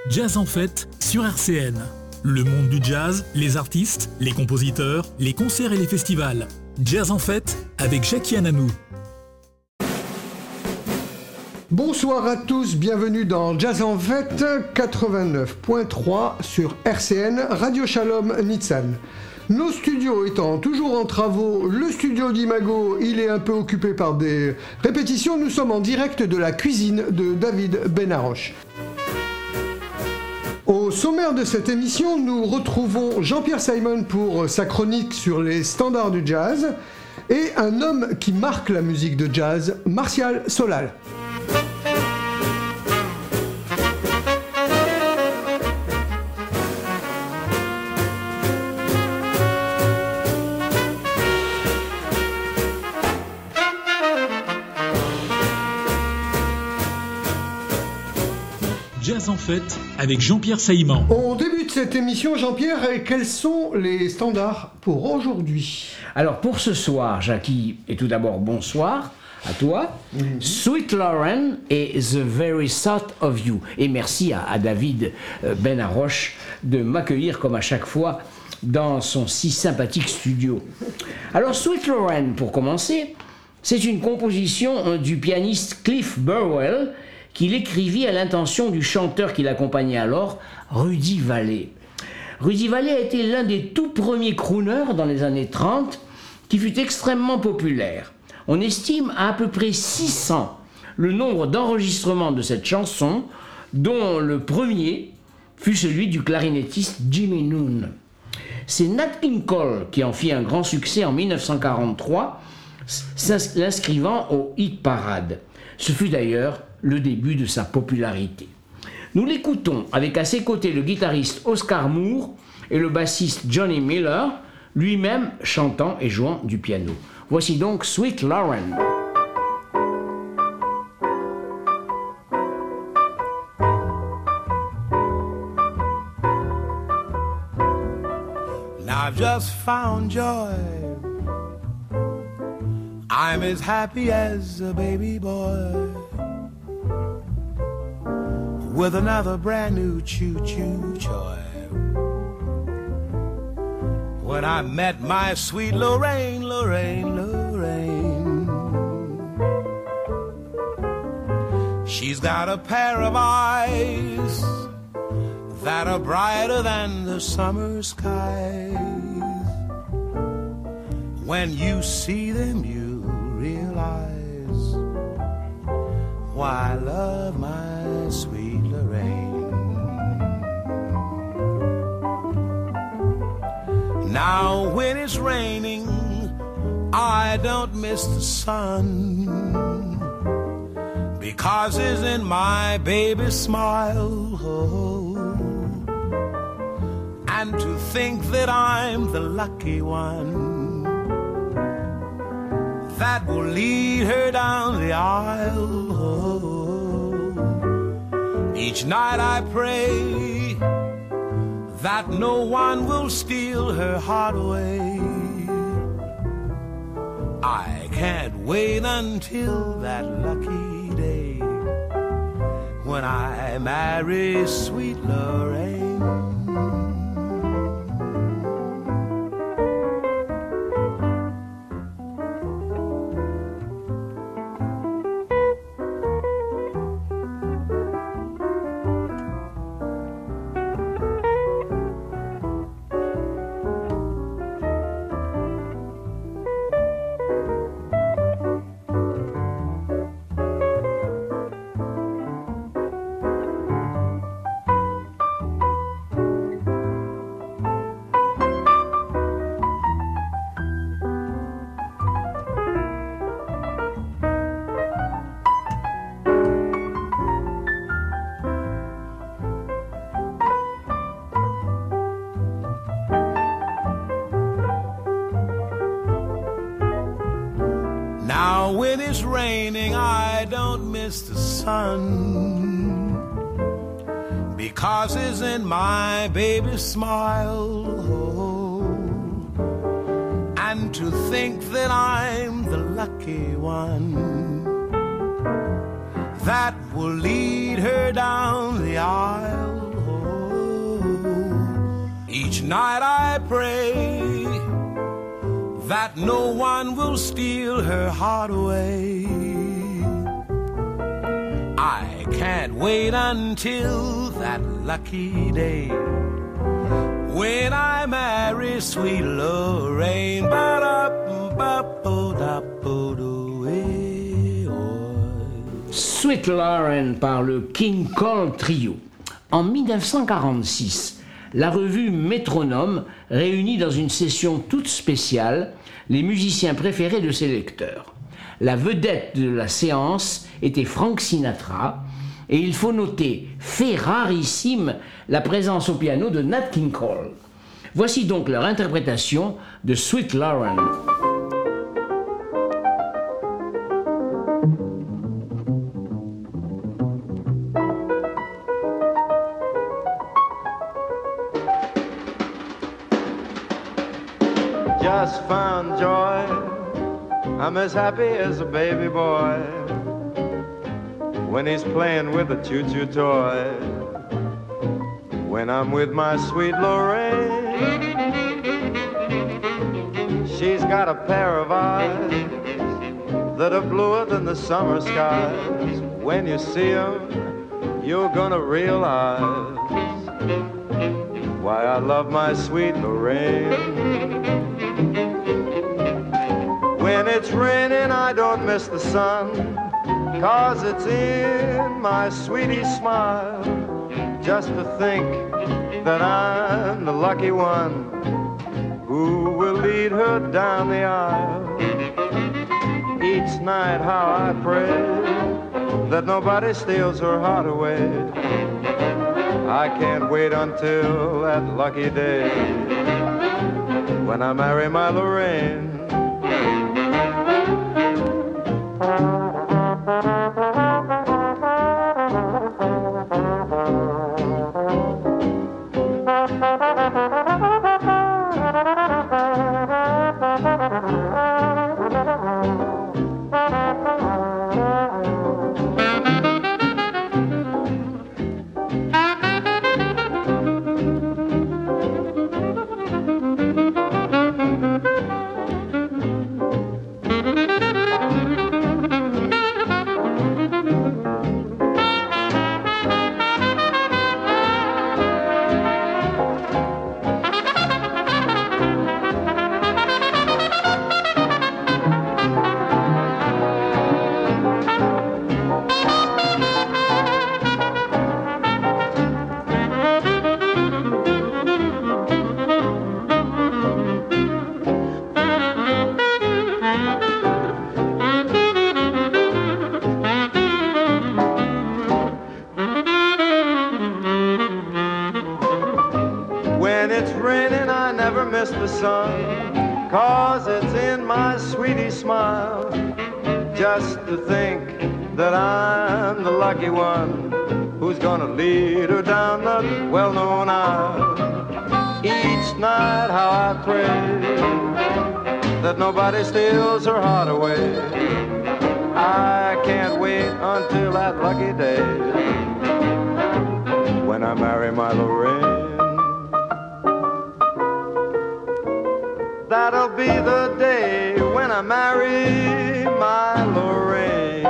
Jazz en fête sur RCN. Le monde du jazz, les artistes, les compositeurs, les concerts et les festivals. Jazz en fête avec Jackie Ananou. Bonsoir à tous, bienvenue dans Jazz en fête 89.3 sur RCN Radio Shalom Nitsan. Nos studios étant toujours en travaux, le studio d'Imago, il est un peu occupé par des répétitions. Nous sommes en direct de la cuisine de David Benaroche. Au sommaire de cette émission, nous retrouvons Jean-Pierre Simon pour sa chronique sur les standards du jazz et un homme qui marque la musique de jazz, Martial Solal. Jazz en fête avec Jean-Pierre Saïman. On débute cette émission, Jean-Pierre, et quels sont les standards pour aujourd'hui ? Alors pour ce soir, Jackie, et tout d'abord bonsoir à toi, Sweet Lauren et The Very Thought of You. Et merci à David Benaroche de m'accueillir comme à chaque fois dans son si sympathique studio. Alors Sweet Lauren, pour commencer, c'est une composition du pianiste Cliff Burwell, qu'il écrivit à l'intention du chanteur qui l'accompagnait alors, Rudy Vallee. Rudy Vallee a été l'un des tout premiers crooners dans les années 30 qui fut extrêmement populaire. On estime à peu près 600 le nombre d'enregistrements de cette chanson, dont le premier fut celui du clarinettiste Jimmy Noone. C'est Nat King Cole qui en fit un grand succès en 1943, l'inscrivant au hit parade. Ce fut d'ailleurs le début de sa popularité. Nous l'écoutons avec à ses côtés le guitariste Oscar Moore et le bassiste Johnny Miller, lui-même chantant et jouant du piano. Voici donc Sweet Lauren. Now I've just found joy. I'm as happy as a baby boy with another brand new choo-choo toy. When I met my sweet Lorraine, Lorraine, Lorraine. She's got a pair of eyes that are brighter than the summer skies. When you see them, you realize why I love my sweet Lorraine. Now when it's raining, I don't miss the sun, because it's in my baby's smile. And to think that I'm the lucky one that will lead her down the aisle. Each night I pray that no one will steal her heart away. I can't wait until that lucky day when I marry sweet Lorraine. Now when it's raining, I don't miss the sun, because it's in my baby's smile. And to think that I'm the lucky one that will lead her down the aisle. night I pray that no one will steal her heart away. I can't wait until that lucky day when I marry sweet Lorraine. Sweet Lorraine par le King Cole Trio. En 1946, la revue Métronome réunit dans une session toute spéciale les musiciens préférés de ses lecteurs. La vedette de la séance était Frank Sinatra, et il faut noter, fait rarissime, la présence au piano de Nat King Cole. Voici donc leur interprétation de Sweet Lorraine. Just found joy, I'm as happy as a baby boy when he's playing with a choo-choo toy. When I'm with my sweet Lorraine, she's got a pair of eyes that are bluer than the summer skies. When you see them, you're gonna realize why I love my sweet Lorraine. When it's raining, I don't miss the sun, 'cause it's in my sweetie's smile. Just to think that I'm the lucky one who will lead her down the aisle. Each night how I pray that nobody steals her heart away. I can't wait until that lucky day when I marry my Lorraine. The sun, 'cause it's in my sweetie smile. Just to think that I'm the lucky one who's gonna lead her down the well-known aisle. Each night how I pray that nobody steals her heart away. I can't wait until that lucky day when I marry my Lorraine. That'll be the day when I marry my Lorraine.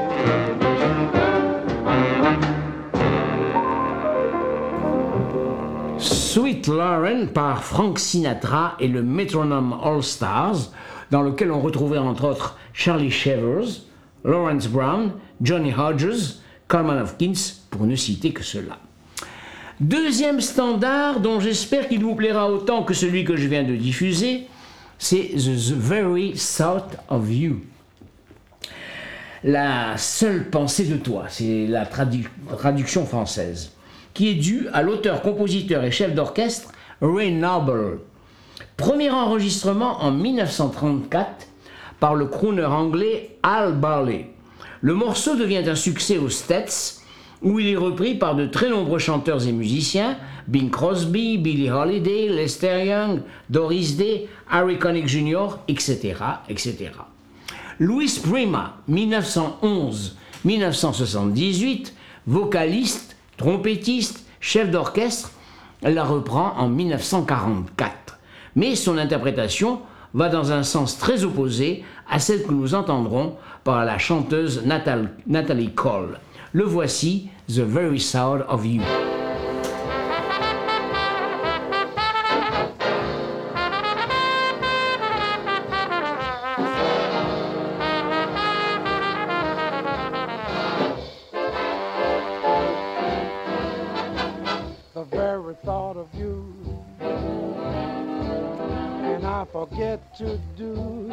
Sweet Lorraine par Frank Sinatra et le Metronome All Stars, dans lequel on retrouvait entre autres Charlie Shavers, Lawrence Brown, Johnny Hodges, Coleman Hawkins, pour ne citer que ceux-là. Deuxième standard dont j'espère qu'il vous plaira autant que celui que je viens de diffuser, c'est The Very Thought of You. La seule pensée de toi, c'est la traduction française, qui est due à l'auteur, compositeur et chef d'orchestre Ray Noble. Premier enregistrement en 1934 par le crooner anglais Al Barley. Le morceau devient un succès aux States, où il est repris par de très nombreux chanteurs et musiciens, Bing Crosby, Billie Holiday, Lester Young, Doris Day, Harry Connick Jr., etc., etc. Louis Prima, 1911-1978, vocaliste, trompettiste, chef d'orchestre, la reprend en 1944. Mais son interprétation va dans un sens très opposé à celle que nous entendrons par la chanteuse Natalie Cole. Le voici, The Very Sound of You. The very thought of you, and I forget to do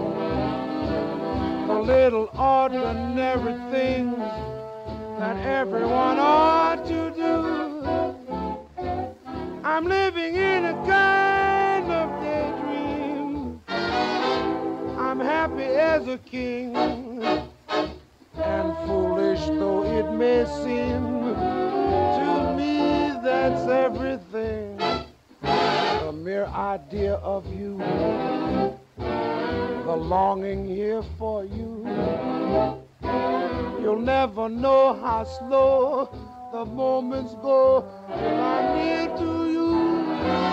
the little ordinary things that everyone ought to do. I'm living in a kind of daydream. I'm happy as a king, and foolish though it may seem, to me that's everything. The mere idea of you, the longing here for you. You'll never know how slow the moments go till I'm near to you.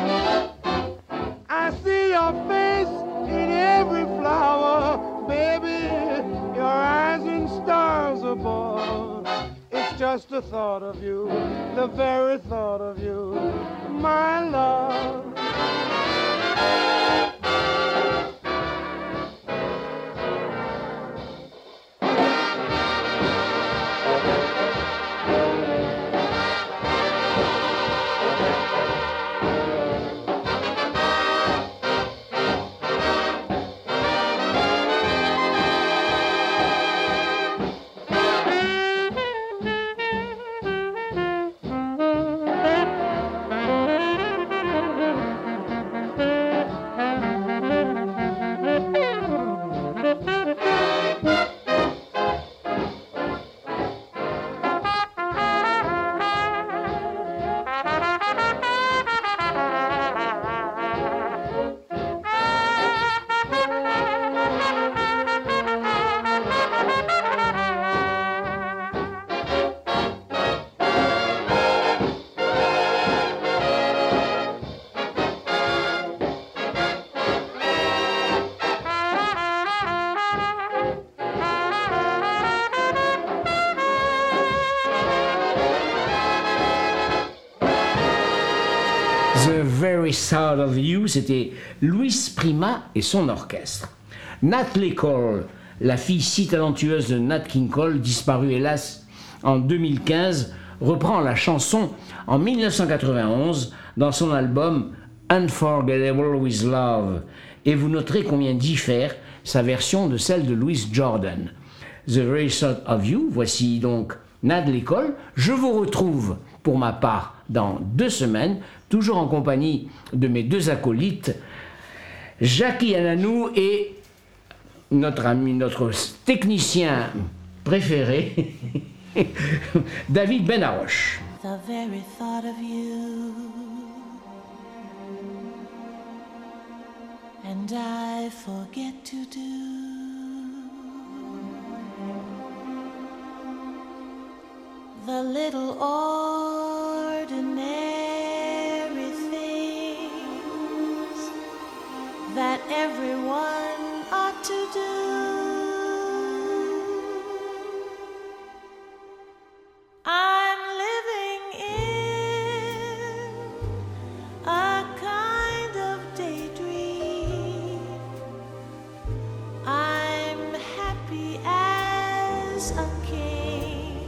I see your face in every flower, baby, your eyes in stars above. It's just the thought of you, the very thought of you, my love. The Very Sound of You, c'était Louis Prima et son orchestre. Natalie Cole, la fille si talentueuse de Nat King Cole, disparue hélas en 2015, reprend la chanson en 1991 dans son album Unforgettable with Love. Et vous noterez combien diffère sa version de celle de Louis Jordan. The Very Sound of You, voici donc Natalie Cole. Je vous retrouve pour ma part dans 2 semaines, toujours en compagnie de mes 2 acolytes, Jackie Ananou et notre ami, notre technicien préféré, David Benaroche. The very thought of you, and I forget to do the little ordinary things that everyone ought to do. I'm living in a kind of daydream. I'm happy as a king,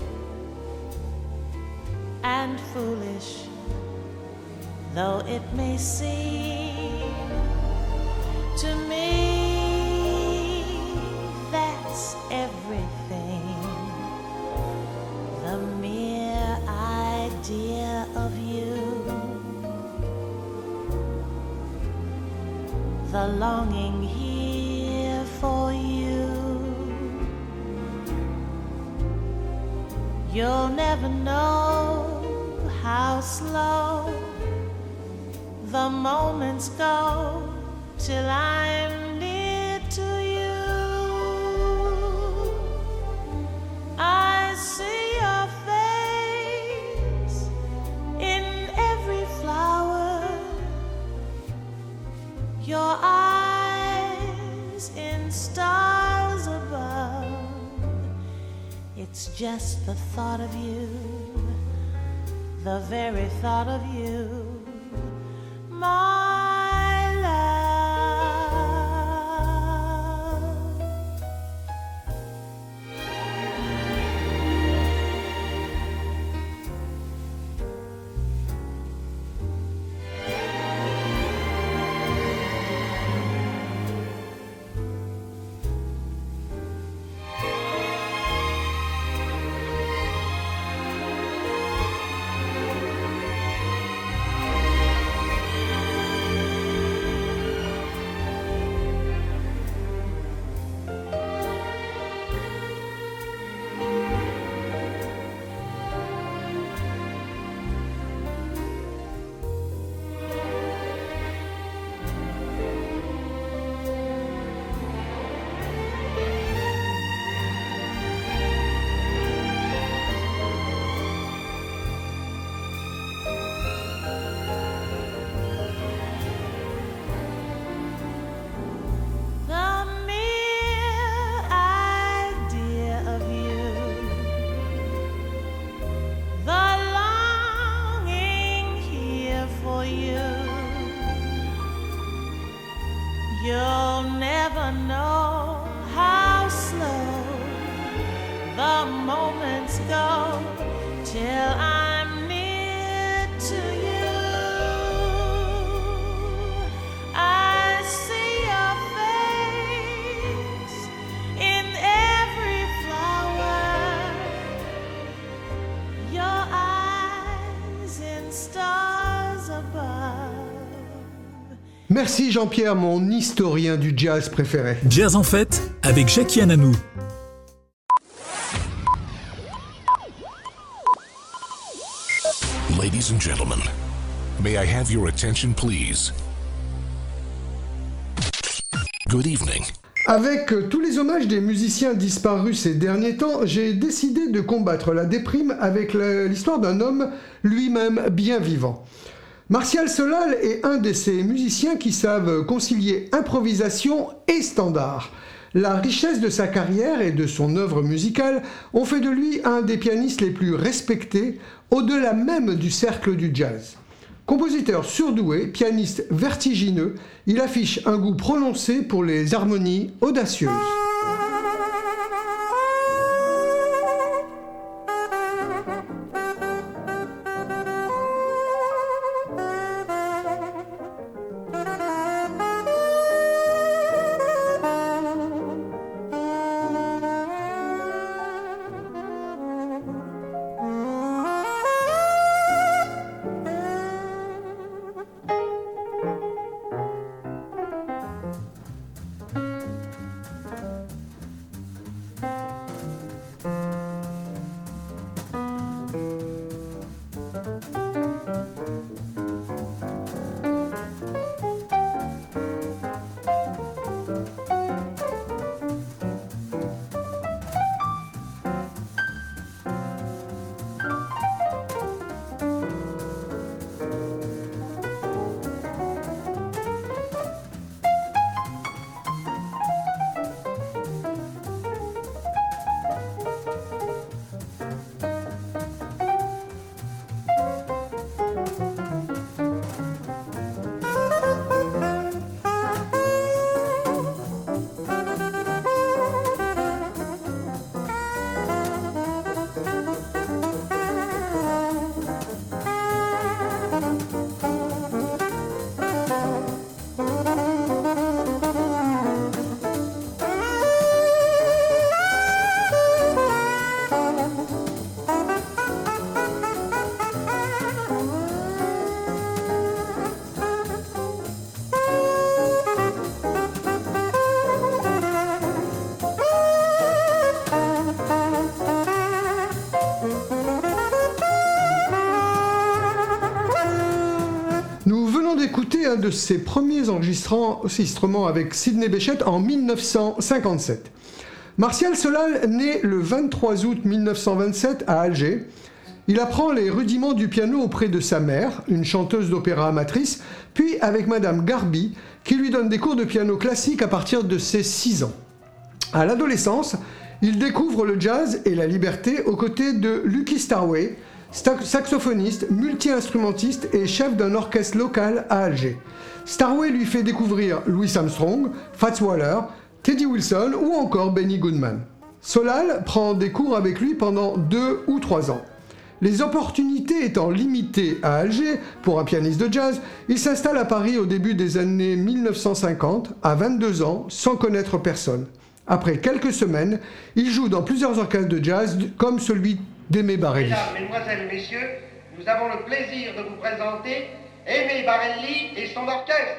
and foolish though it may seem to me, that's everything. The mere idea of you, the longing here for you. You'll never know how slow the moments go till I'm near to you. I see your face in every Your eyes in stars above. It's just the thought of you, the very thought of you, my love. You'll never know how slow the moments go till I'm near to you. I see your face in every flower, your eyes in stars above. Merci Jean-Pierre, mon historien du jazz préféré. Jazz en fête avec Jackie Ananou. Ladies and gentlemen, may I have your attention please? Good evening. Avec tous les hommages des musiciens disparus ces derniers temps, j'ai décidé de combattre la déprime avec l'histoire d'un homme lui-même bien vivant. Martial Solal est un de ces musiciens qui savent concilier improvisation et standard. La richesse de sa carrière et de son œuvre musicale ont fait de lui un des pianistes les plus respectés, au-delà même du cercle du jazz. Compositeur surdoué, pianiste vertigineux, il affiche un goût prononcé pour les harmonies audacieuses. D'écouter un de ses premiers enregistrements avec Sidney Bechet en 1957. Martial Solal naît le 23 août 1927 à Alger. Il apprend les rudiments du piano auprès de sa mère, une chanteuse d'opéra amatrice, puis avec Madame Garbi, qui lui donne des cours de piano classique à partir de ses 6 ans. À l'adolescence, il découvre le jazz et la liberté aux côtés de Lucky Starway, saxophoniste, multi-instrumentiste et chef d'un orchestre local à Alger. Starway lui fait découvrir Louis Armstrong, Fats Waller, Teddy Wilson ou encore Benny Goodman. Solal prend des cours avec lui pendant 2 ou 3 ans. Les opportunités étant limitées à Alger pour un pianiste de jazz, il s'installe à Paris au début des années 1950, à 22 ans, sans connaître personne. Après quelques semaines, il joue dans plusieurs orchestres de jazz comme celui d'Aimé Barelli. Mesdames, Mesdemoiselles, Messieurs, nous avons le plaisir de vous présenter Aimé Barelli et son orchestre.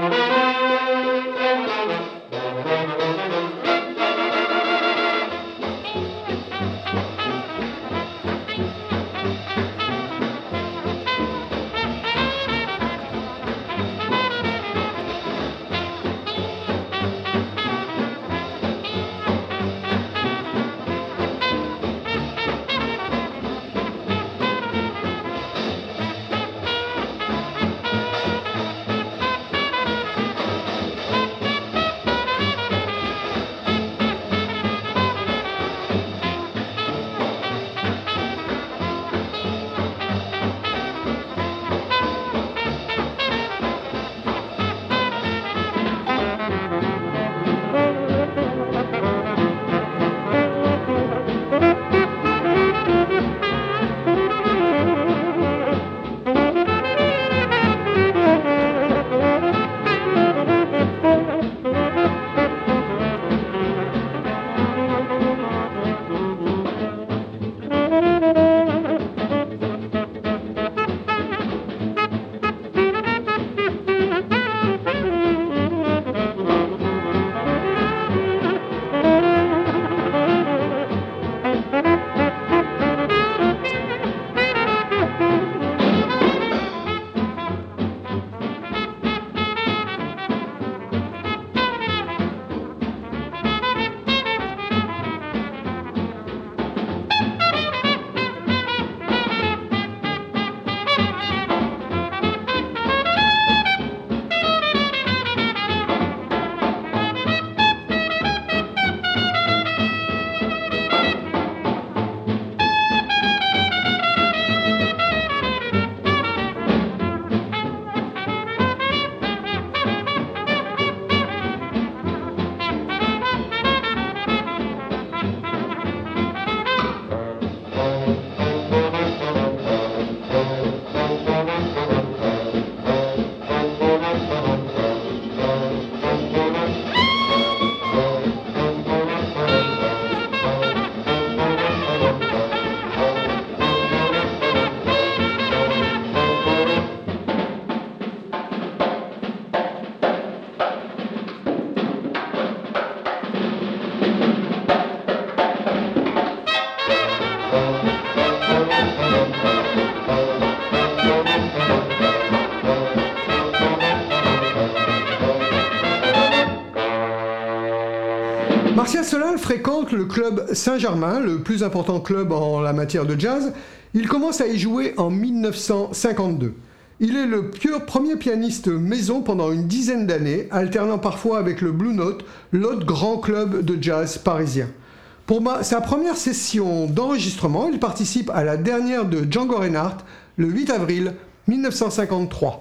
Martial Solal fréquente le club Saint-Germain, le plus important club en la matière de jazz. Il commence à y jouer en 1952. Il est le premier pianiste maison pendant une dizaine d'années, alternant parfois avec le Blue Note, l'autre grand club de jazz parisien. Pour sa première session d'enregistrement, il participe à la dernière de Django Reinhardt, le 8 avril 1953.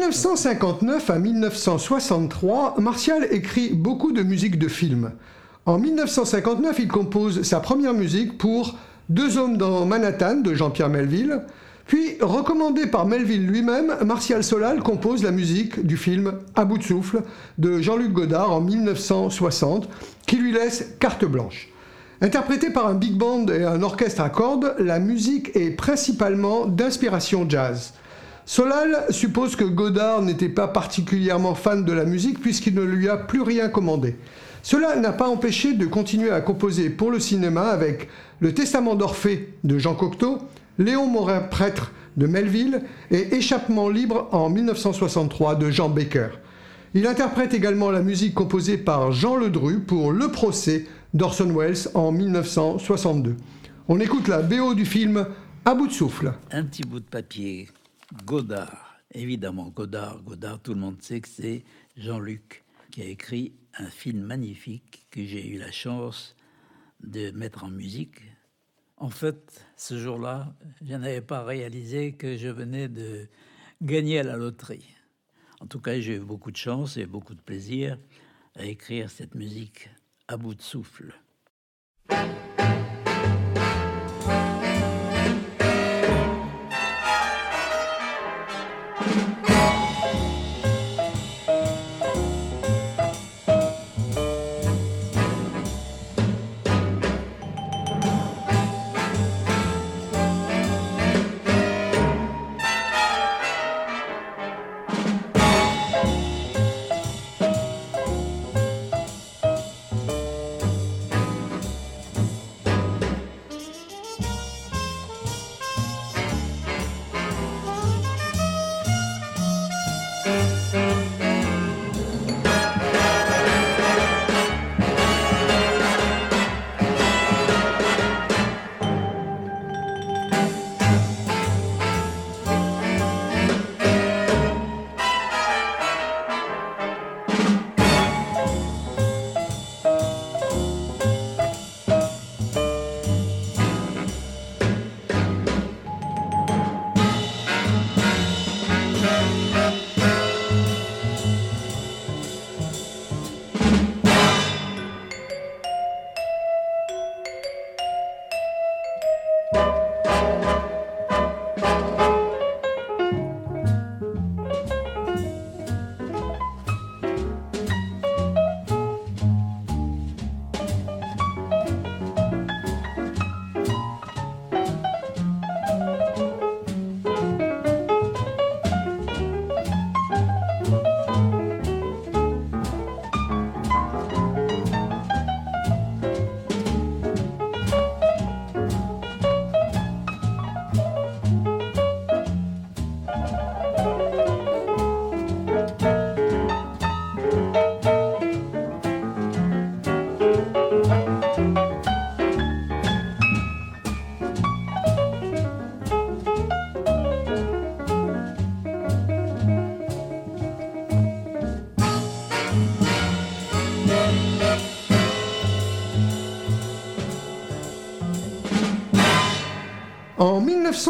1959 à 1963, Martial écrit beaucoup de musique de film. En 1959, il compose sa première musique pour Deux hommes dans Manhattan de Jean-Pierre Melville. Puis, recommandé par Melville lui-même, Martial Solal compose la musique du film À bout de souffle de Jean-Luc Godard en 1960, qui lui laisse carte blanche. Interprétée par un big band et un orchestre à cordes, la musique est principalement d'inspiration jazz. Solal suppose que Godard n'était pas particulièrement fan de la musique puisqu'il ne lui a plus rien commandé. Cela n'a pas empêché de continuer à composer pour le cinéma avec Le Testament d'Orphée de Jean Cocteau, Léon Morin-Prêtre de Melville et Échappement libre en 1963 de Jean Baker. Il interprète également la musique composée par Jean Ledru pour Le procès d'Orson Welles en 1962. On écoute la BO du film À bout de souffle. Un petit bout de papier, Godard. Évidemment, Godard, tout le monde sait que c'est Jean-Luc qui a écrit un film magnifique que j'ai eu la chance de mettre en musique. En fait, ce jour-là, je n'avais pas réalisé que je venais de gagner à la loterie. En tout cas, j'ai eu beaucoup de chance et beaucoup de plaisir à écrire cette musique à bout de souffle. En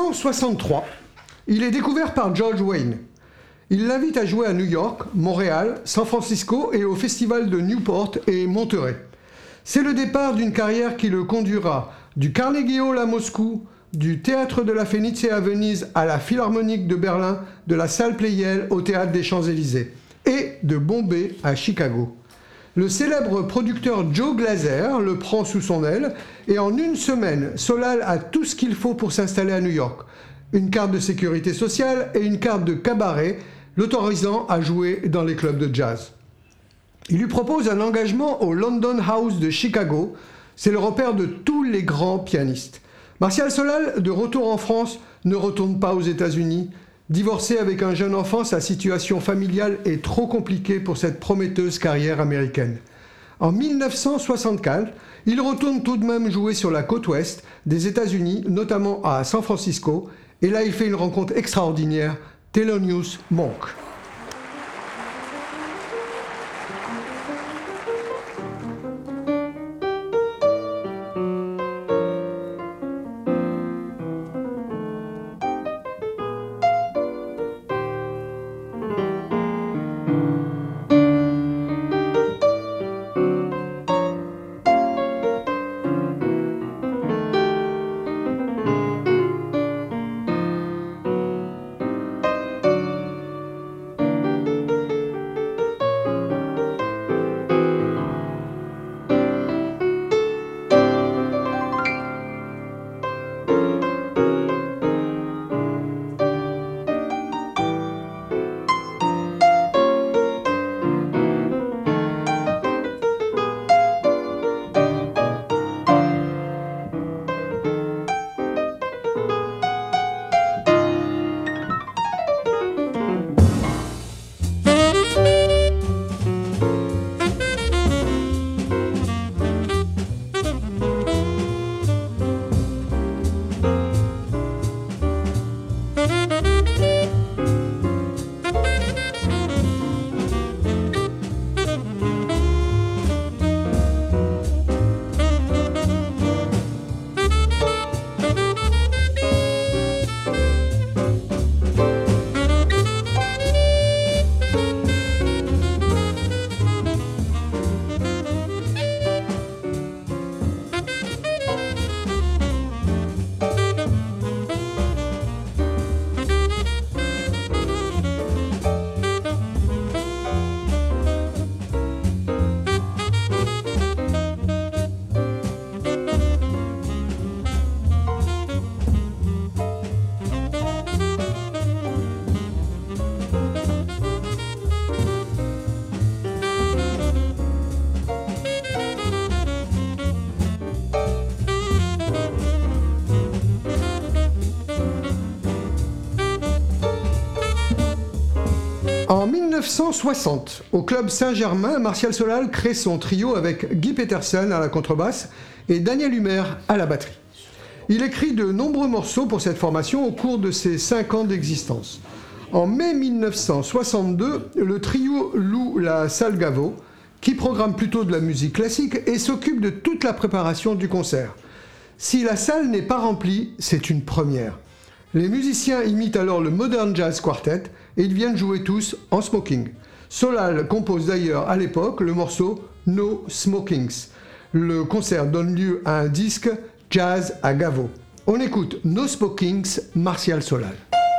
1963, il est découvert par George Wayne. Il l'invite à jouer à New York, Montréal, San Francisco et au festival de Newport et Monterey. C'est le départ d'une carrière qui le conduira du Carnegie Hall à Moscou, du Théâtre de la Fenice à Venise à la Philharmonique de Berlin, de la Salle Pleyel au Théâtre des Champs-Élysées et de Bombay à Chicago. Le célèbre producteur Joe Glaser le prend sous son aile et en une semaine, Solal a tout ce qu'il faut pour s'installer à New York. Une carte de sécurité sociale et une carte de cabaret l'autorisant à jouer dans les clubs de jazz. Il lui propose un engagement au London House de Chicago. C'est le repère de tous les grands pianistes. Martial Solal, de retour en France, ne retourne pas aux États-Unis. Divorcé avec un jeune enfant, sa situation familiale est trop compliquée pour cette prometteuse carrière américaine. En 1964, il retourne tout de même jouer sur la côte ouest des États-Unis, notamment à San Francisco, et là il fait une rencontre extraordinaire, Thelonious Monk. En 1960, au Club Saint-Germain, Martial Solal crée son trio avec Guy Peterson à la contrebasse et Daniel Humer à la batterie. Il écrit de nombreux morceaux pour cette formation au cours de ses 5 ans d'existence. En mai 1962, le trio loue la salle Gaveau, qui programme plutôt de la musique classique et s'occupe de toute la préparation du concert. Si la salle n'est pas remplie, c'est une première. Les musiciens imitent alors le Modern Jazz Quartet et ils viennent jouer tous en smoking. Solal compose d'ailleurs à l'époque le morceau No Smokings. Le concert donne lieu à un disque Jazz à Gaveau. On écoute No Smokings, Martial Solal.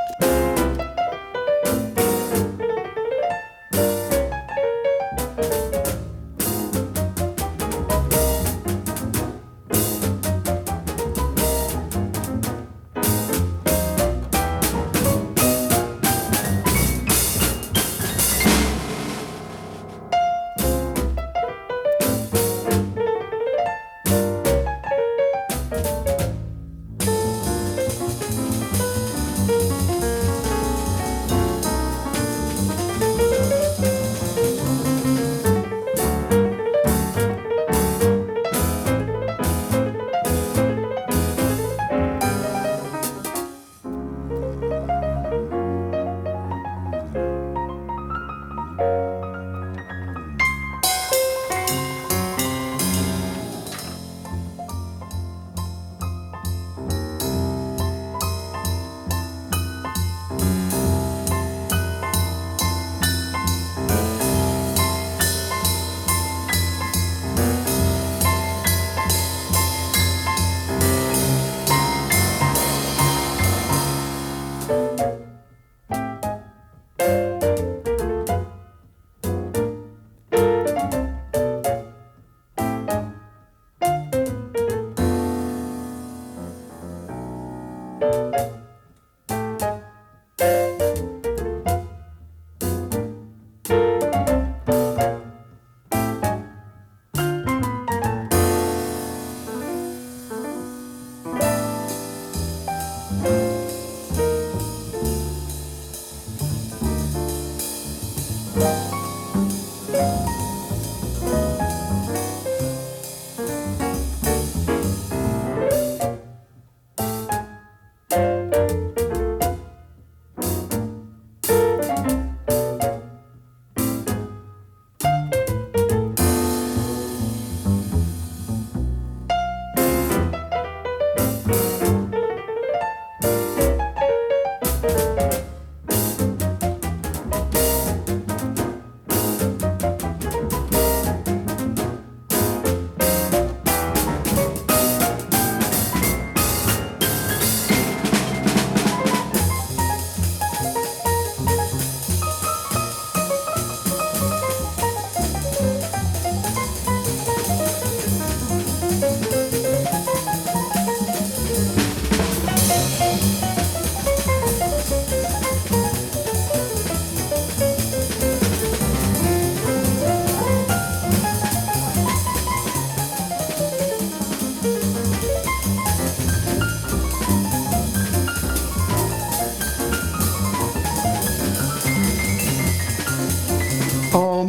En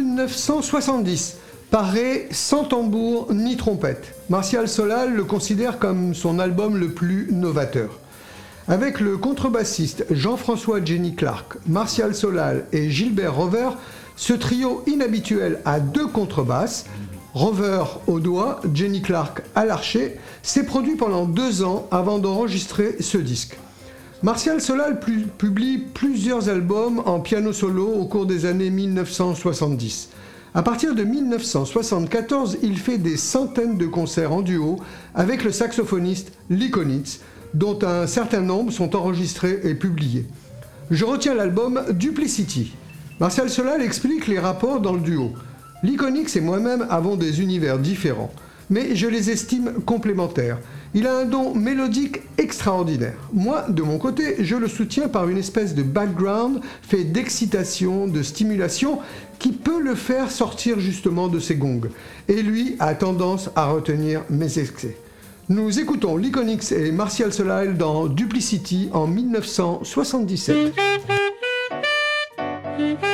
1970, paraît Sans tambour ni trompette. Martial Solal le considère comme son album le plus novateur. Avec le contrebassiste Jean-François Jenny Clark, Martial Solal et Gilbert Rover, ce trio inhabituel à 2 contrebasses, Rover au doigt, Jenny Clark à l'archet, s'est produit pendant 2 ans avant d'enregistrer ce disque. Martial Solal publie plusieurs albums en piano solo au cours des années 1970. À partir de 1974, il fait des centaines de concerts en duo avec le saxophoniste Lee Konitz, dont un certain nombre sont enregistrés et publiés. Je retiens l'album Duplicity. Martial Solal explique les rapports dans le duo. Lee Konitz et moi-même avons des univers différents, mais je les estime complémentaires. Il a un don mélodique extraordinaire. Moi, de mon côté, je le soutiens par une espèce de background fait d'excitation, de stimulation, qui peut le faire sortir justement de ses gongs. Et lui a tendance à retenir mes excès. Nous écoutons Lee Konitz et Martial Solal dans Duplicity en 1977.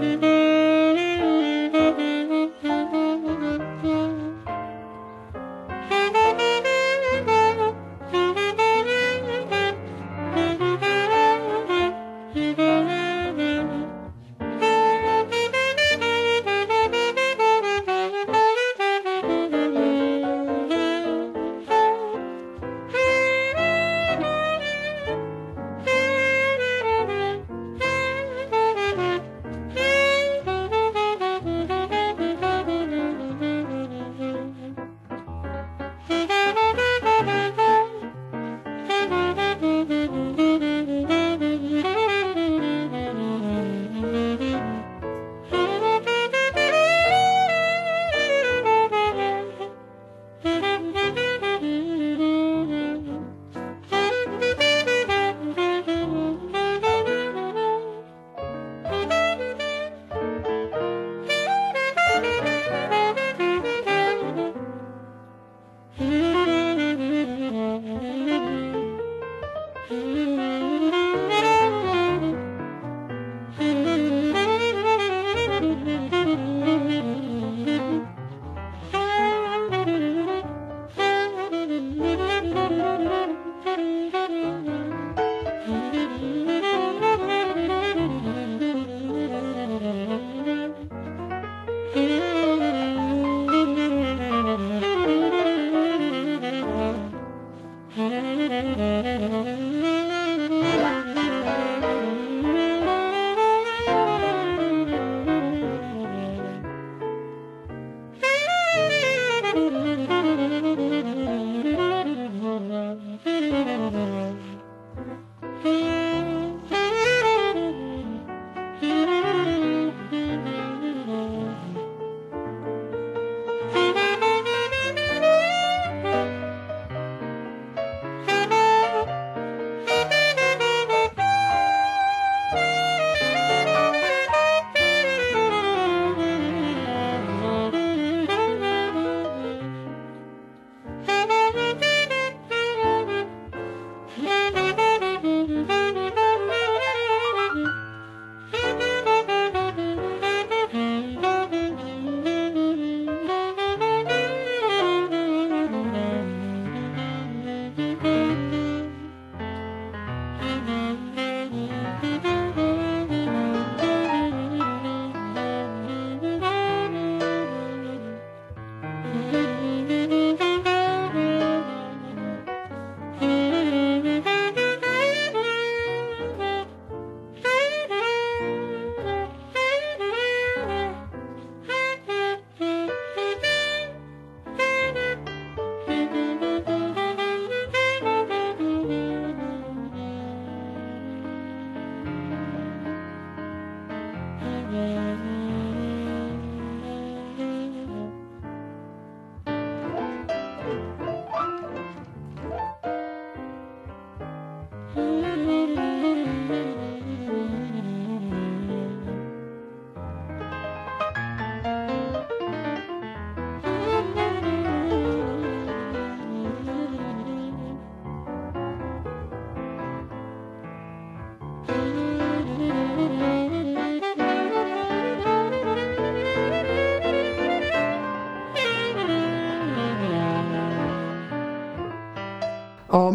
En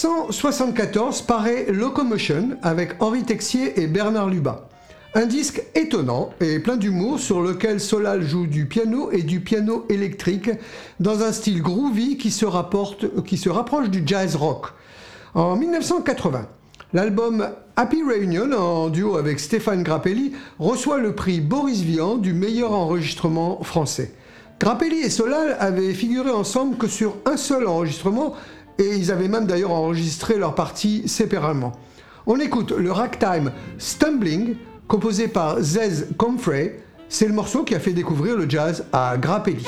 1974 paraît Locomotion avec Henri Texier et Bernard Lubin. Un disque étonnant et plein d'humour sur lequel Solal joue du piano et du piano électrique dans un style groovy qui se rapproche du jazz rock. En 1980, l'album Happy Reunion en duo avec Stéphane Grappelli reçoit le prix Boris Vian du meilleur enregistrement français. Grappelli et Solal avaient figuré ensemble que sur un seul enregistrement et ils avaient même d'ailleurs enregistré leurs parties séparément. On écoute le ragtime Stumbling, composé par Zez Comfrey. C'est le morceau qui a fait découvrir le jazz à Grappelli.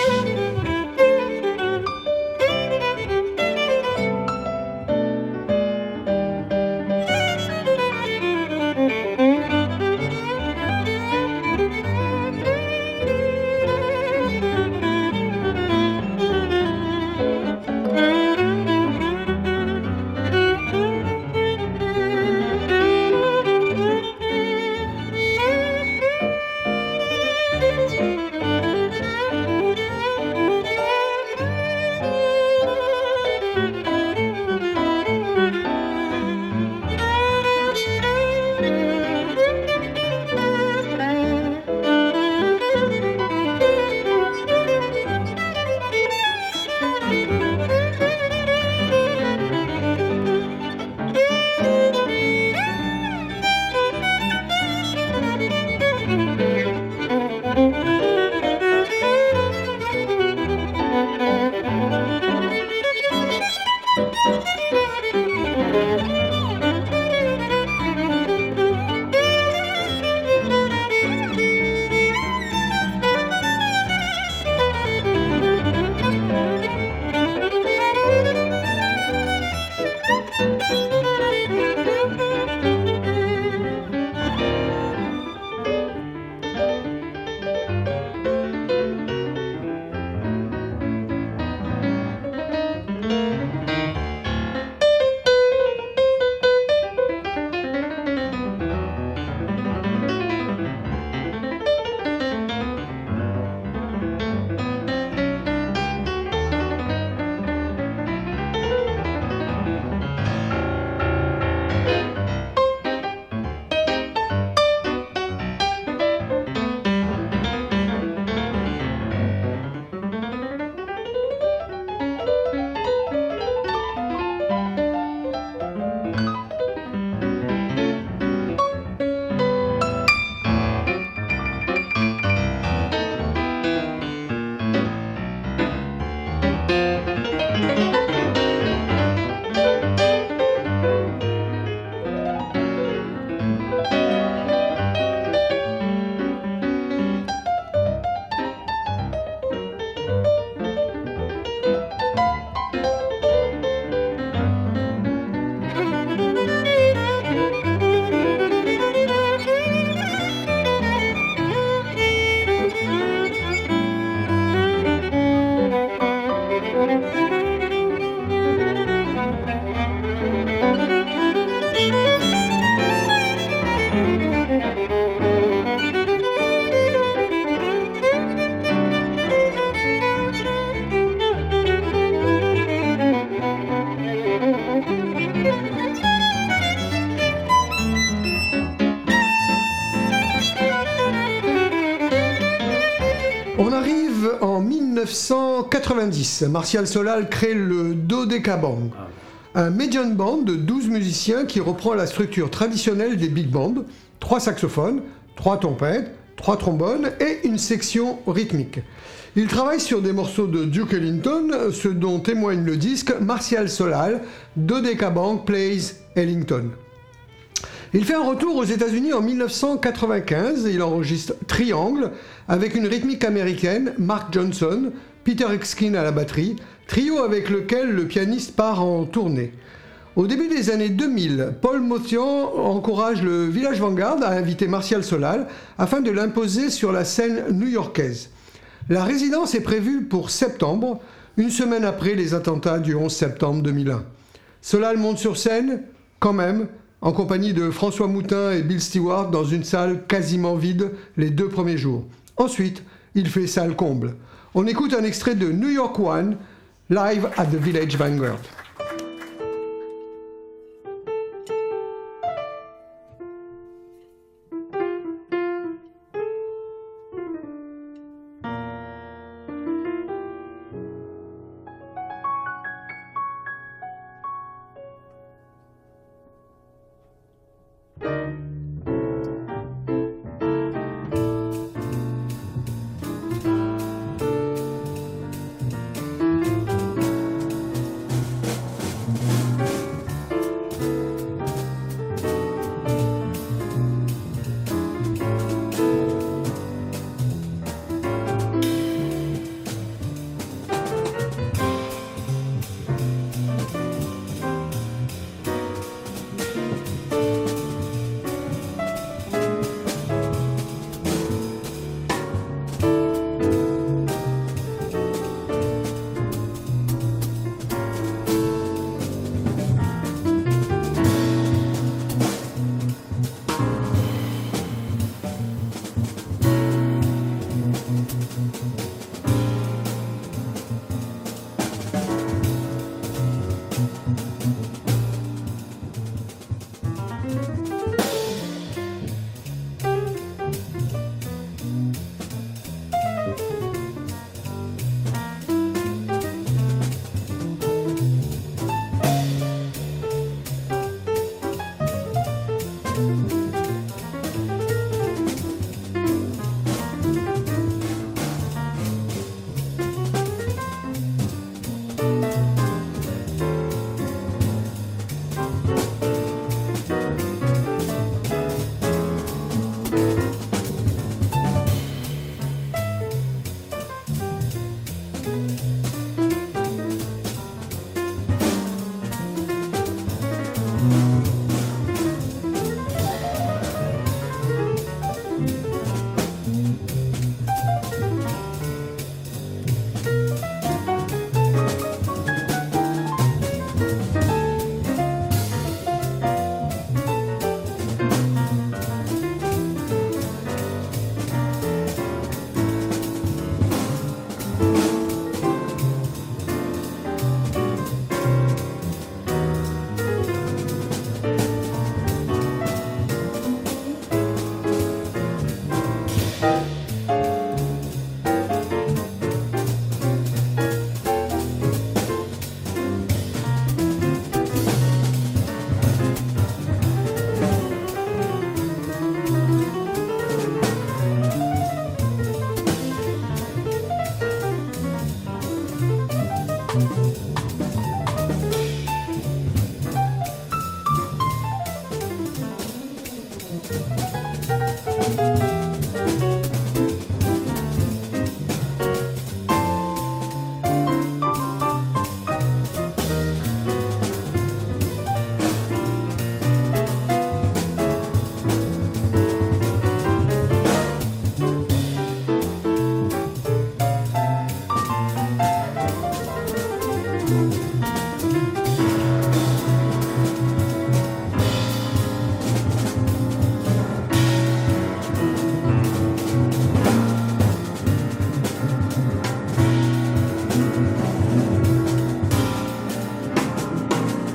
On arrive en 1990. Martial Solal crée le Dodeka Band, un medium band de 12 musiciens qui reprend la structure traditionnelle des big bands, 3 saxophones, 3 trompettes, 3 trombones et une section rythmique. Il travaille sur des morceaux de Duke Ellington, ce dont témoigne le disque Martial Solal, Dodeka Band Plays Ellington. Il fait un retour aux États-Unis en 1995 et il enregistre Triangle avec une rythmique américaine, Mark Johnson, Peter Erskine à la batterie, trio avec lequel le pianiste part en tournée. Au début des années 2000, Paul Motian encourage le Village Vanguard à inviter Martial Solal afin de l'imposer sur la scène new-yorkaise. La résidence est prévue pour septembre, une semaine après les attentats du 11 septembre 2001. Solal monte sur scène, quand même, en compagnie de François Moutin et Bill Stewart dans une salle quasiment vide les 2 premiers jours. Ensuite, il fait salle comble. On écoute un extrait de New York One, live at the Village Vanguard.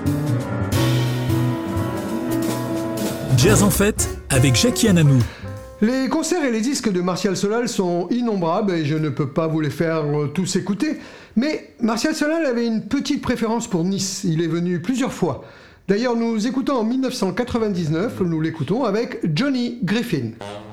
Jazz en fête avec Jackie Ananou. Les concerts et les disques de Martial Solal sont innombrables et je ne peux pas vous les faire tous écouter, mais Martial Solal avait une petite préférence pour Nice, il est venu plusieurs fois. D'ailleurs, nous écoutons en 1999, nous l'écoutons avec Johnny Griffin.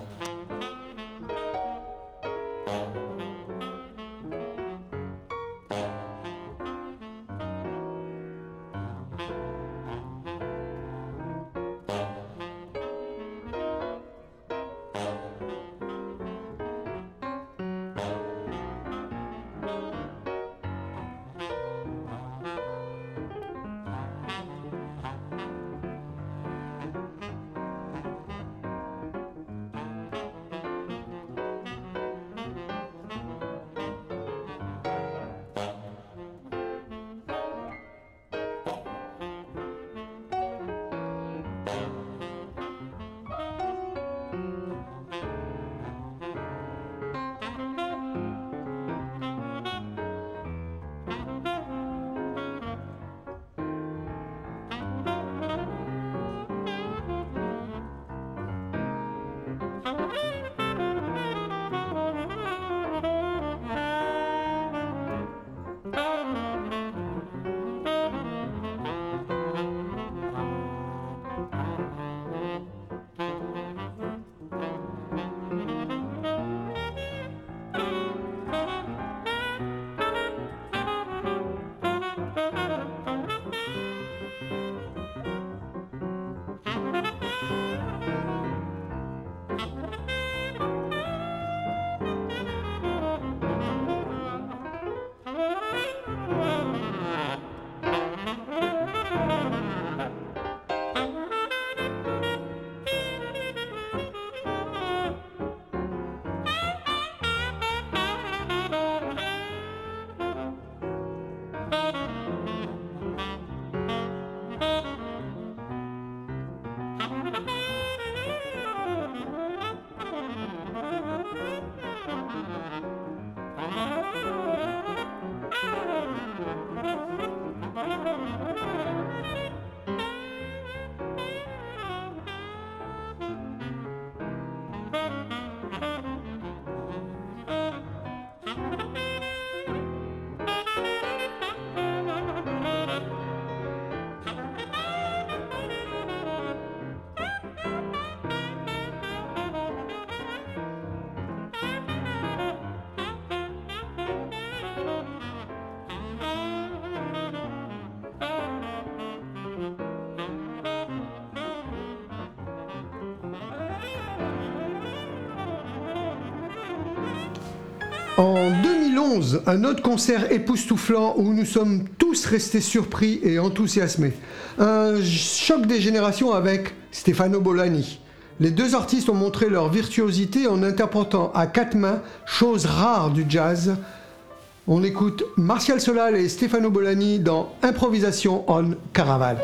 En 2011, un autre concert époustouflant où nous sommes tous restés surpris et enthousiasmés. Un choc des générations avec Stefano Bollani. Les deux artistes ont montré leur virtuosité en interprétant à quatre mains, chose rare du jazz. On écoute Martial Solal et Stefano Bollani dans Improvisation on Caraval.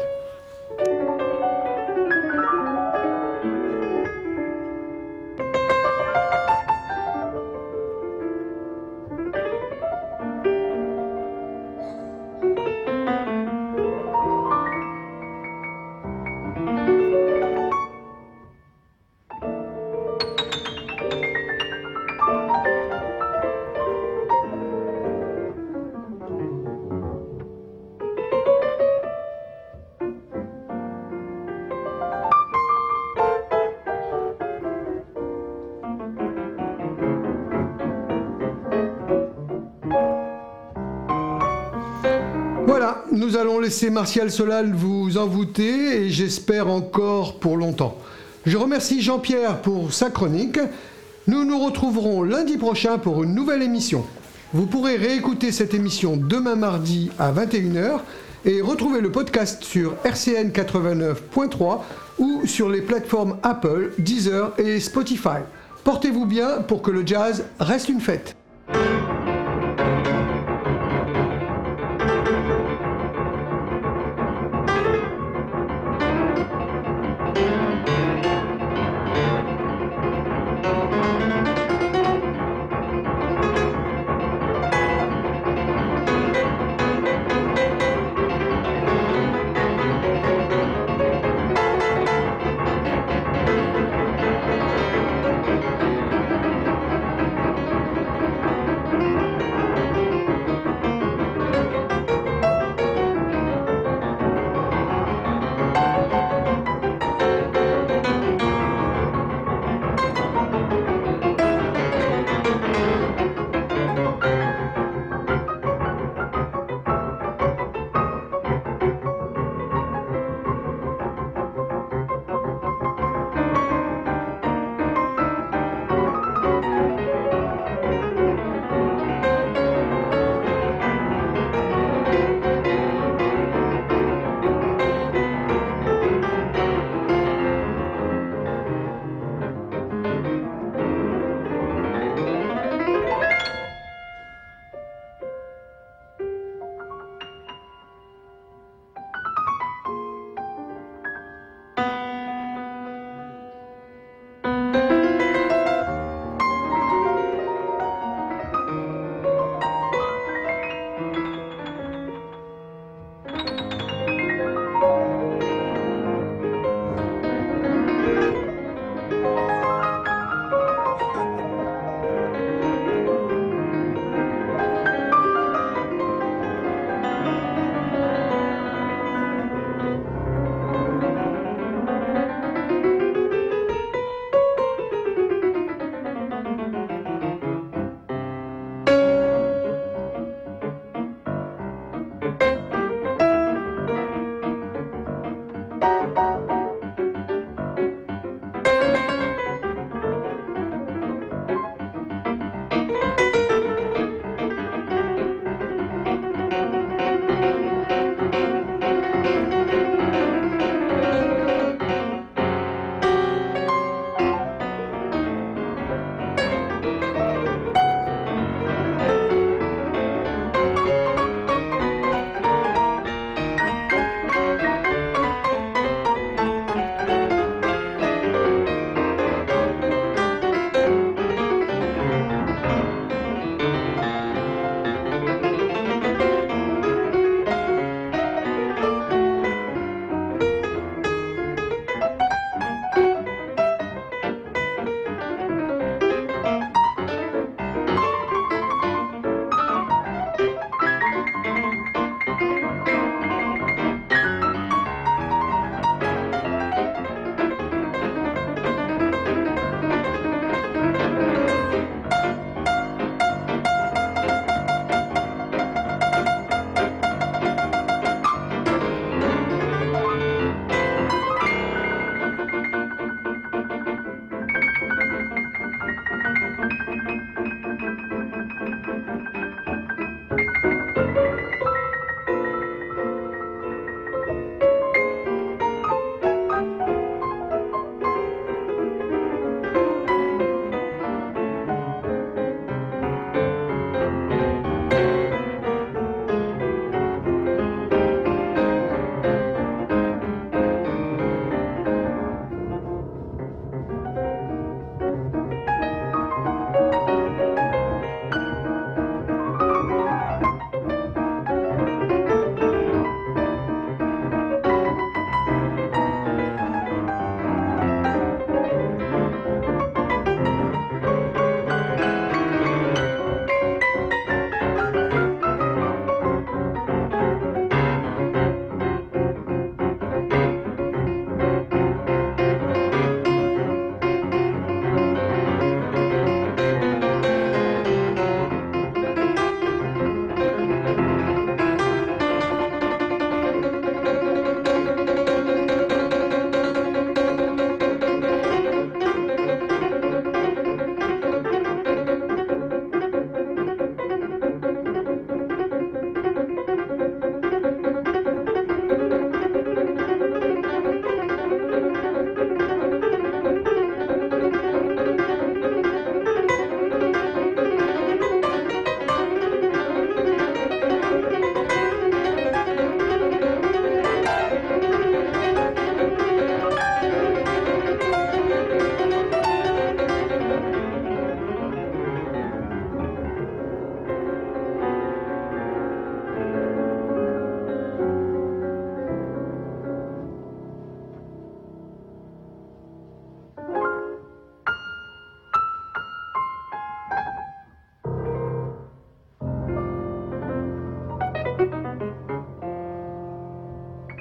Voilà, nous allons laisser Martial Solal vous envoûter et j'espère encore pour longtemps. Je remercie Jean-Pierre pour sa chronique. Nous nous retrouverons lundi prochain pour une nouvelle émission. Vous pourrez réécouter cette émission demain mardi à 21h et retrouver le podcast sur RCN 89.3 ou sur les plateformes Apple, Deezer et Spotify. Portez-vous bien pour que le jazz reste une fête.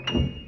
Thank you.